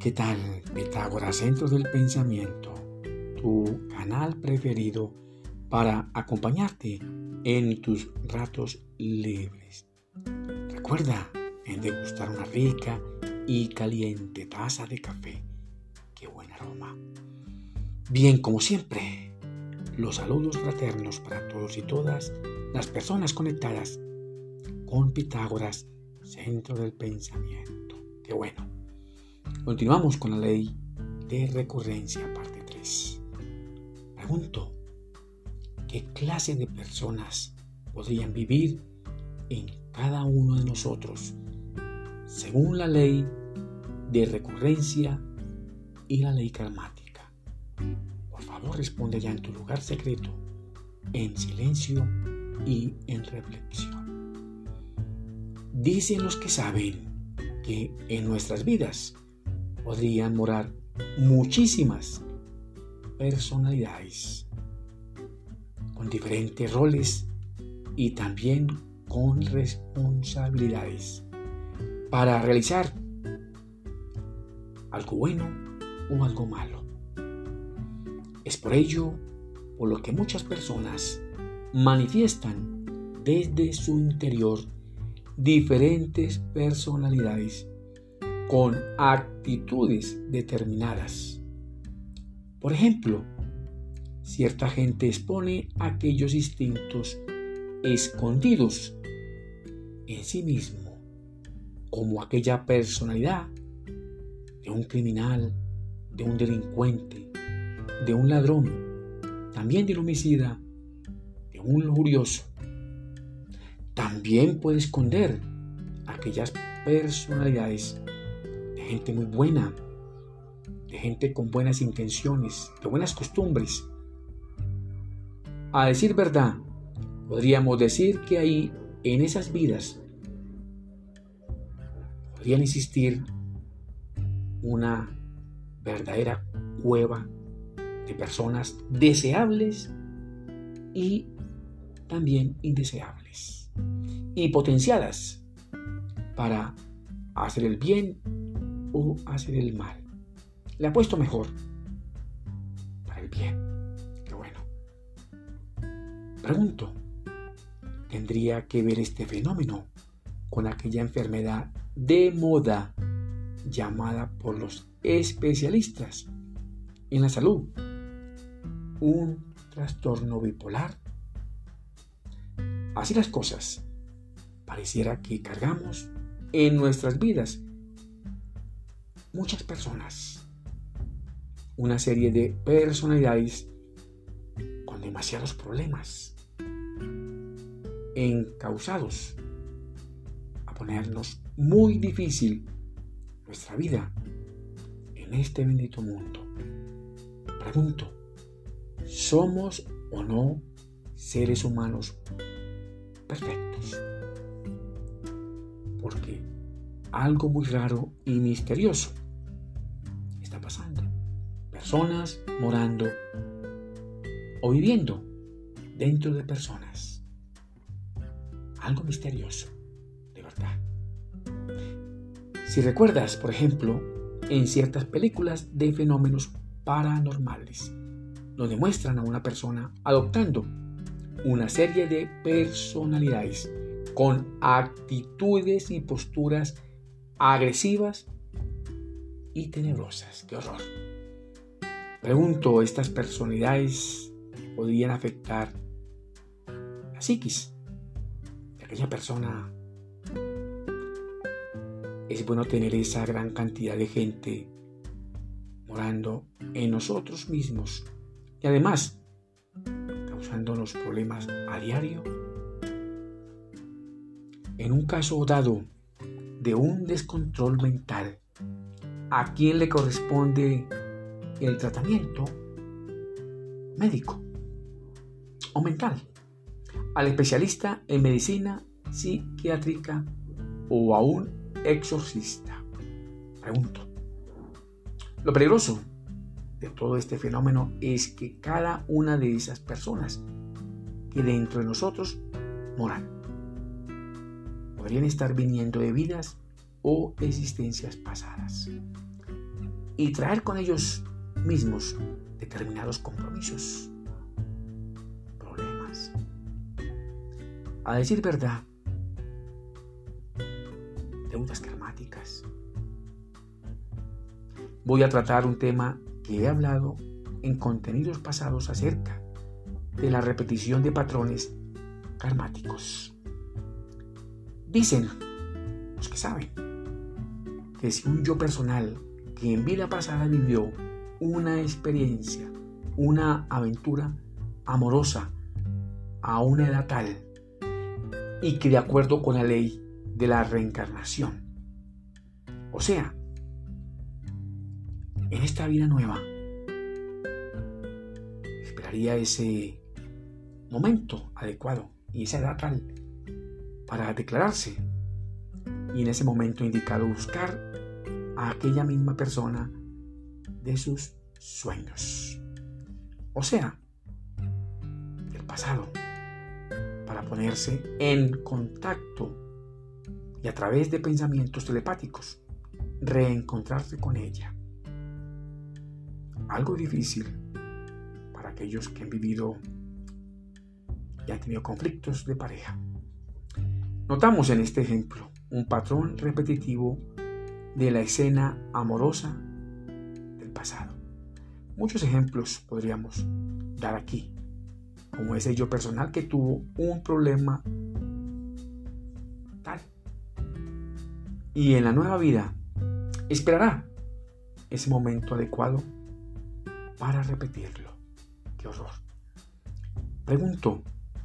¿Qué tal, Pitágoras, Centro del Pensamiento? Tu canal preferido para acompañarte en tus ratos libres. Recuerda en degustar una rica y caliente taza de café. ¡Qué buen aroma! Bien, como siempre, los saludos fraternos para todos y todas las personas conectadas con Pitágoras, Centro del Pensamiento. ¡Qué bueno! Continuamos con la ley de recurrencia, parte 3. Pregunto, ¿qué clase de personas podrían vivir en cada uno de nosotros según la ley de recurrencia y la ley karmática? Por favor, responde ya en tu lugar secreto, en silencio y en reflexión. Dicen los que saben que en nuestras vidas podrían morar muchísimas personalidades con diferentes roles y también con responsabilidades para realizar algo bueno o algo malo. Es por ello por lo que muchas personas manifiestan desde su interior diferentes personalidades con actitudes determinadas. Por ejemplo, cierta gente expone aquellos instintos escondidos en sí mismo, como aquella personalidad de un criminal, de un delincuente, de un ladrón, también de un homicida, de un lujurioso. También puede esconder aquellas personalidades de gente muy buena, de gente con buenas intenciones, de buenas costumbres. A decir verdad, podríamos decir que ahí, en esas vidas, podrían existir una verdadera cueva de personas deseables y también indeseables, y potenciadas para hacer el bien o hacer el mal. Le apuesto mejor para el bien. Qué bueno. Pregunto, ¿tendría que ver este fenómeno con aquella enfermedad de moda llamada por los especialistas en la salud un trastorno bipolar? Así las cosas, pareciera que cargamos en nuestras vidas muchas personas, una serie de personalidades con demasiados problemas, encausados a ponernos muy difícil nuestra vida en este bendito mundo. Pregunto, ¿somos o no seres humanos perfectos? Porque algo muy raro y misterioso está pasando. Personas morando o viviendo dentro de personas. Algo misterioso, de verdad. Si recuerdas, por ejemplo, en ciertas películas de fenómenos paranormales, donde muestran a una persona adoptando una serie de personalidades con actitudes y posturas agresivas y tenebrosas. ¡Qué horror! Pregunto, ¿estas personalidades podrían afectar la psiquis de aquella persona? Es bueno tener esa gran cantidad de gente morando en nosotros mismos y además causándonos problemas a diario. En un caso dado de un descontrol mental, ¿a quién le corresponde el tratamiento médico o mental? ¿Al especialista en medicina psiquiátrica o a un exorcista? Pregunto. Lo peligroso de todo este fenómeno es que cada una de esas personas que dentro de nosotros moran podrían estar viniendo de vidas o existencias pasadas. y traer con ellos mismos determinados compromisos, problemas. A decir verdad, deudas karmáticas. Voy a tratar un tema que he hablado en contenidos pasados acerca de la repetición de patrones karmáticos. Dicen los que saben que si un yo personal que en vida pasada vivió una experiencia, una aventura amorosa a una edad tal y que de acuerdo con la ley de la reencarnación, o sea, en esta vida nueva, esperaría ese momento adecuado y esa edad tal para declararse y en ese momento indicado buscar a aquella misma persona de sus sueños, o sea, del pasado, para ponerse en contacto y a través de pensamientos telepáticos reencontrarse con ella. Algo difícil para aquellos que han vivido y han tenido conflictos de pareja. Notamos en este ejemplo un patrón repetitivo de la escena amorosa del pasado. Muchos ejemplos podríamos dar aquí, como ese yo personal que tuvo un problema tal y en la nueva vida esperará ese momento adecuado para repetirlo. ¡Qué horror! Pregunto,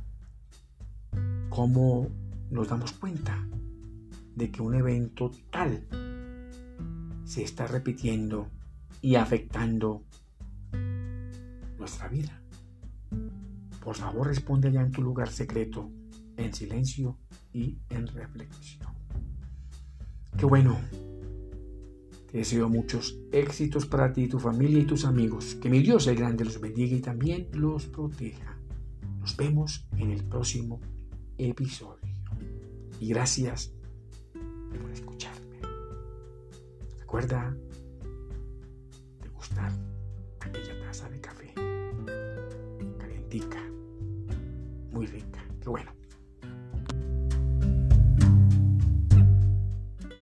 ¿cómo nos damos cuenta de que un evento tal se está repitiendo y afectando nuestra vida? Por favor, responde allá en tu lugar secreto, en silencio y en reflexión. ¡Qué bueno! Te deseo muchos éxitos para ti, tu familia y tus amigos. Que mi Dios el Grande los bendiga y también los proteja. Nos vemos en el próximo episodio. Y gracias por escucharme. Recuerda degustar aquella taza de café calientica, muy rica. Qué bueno.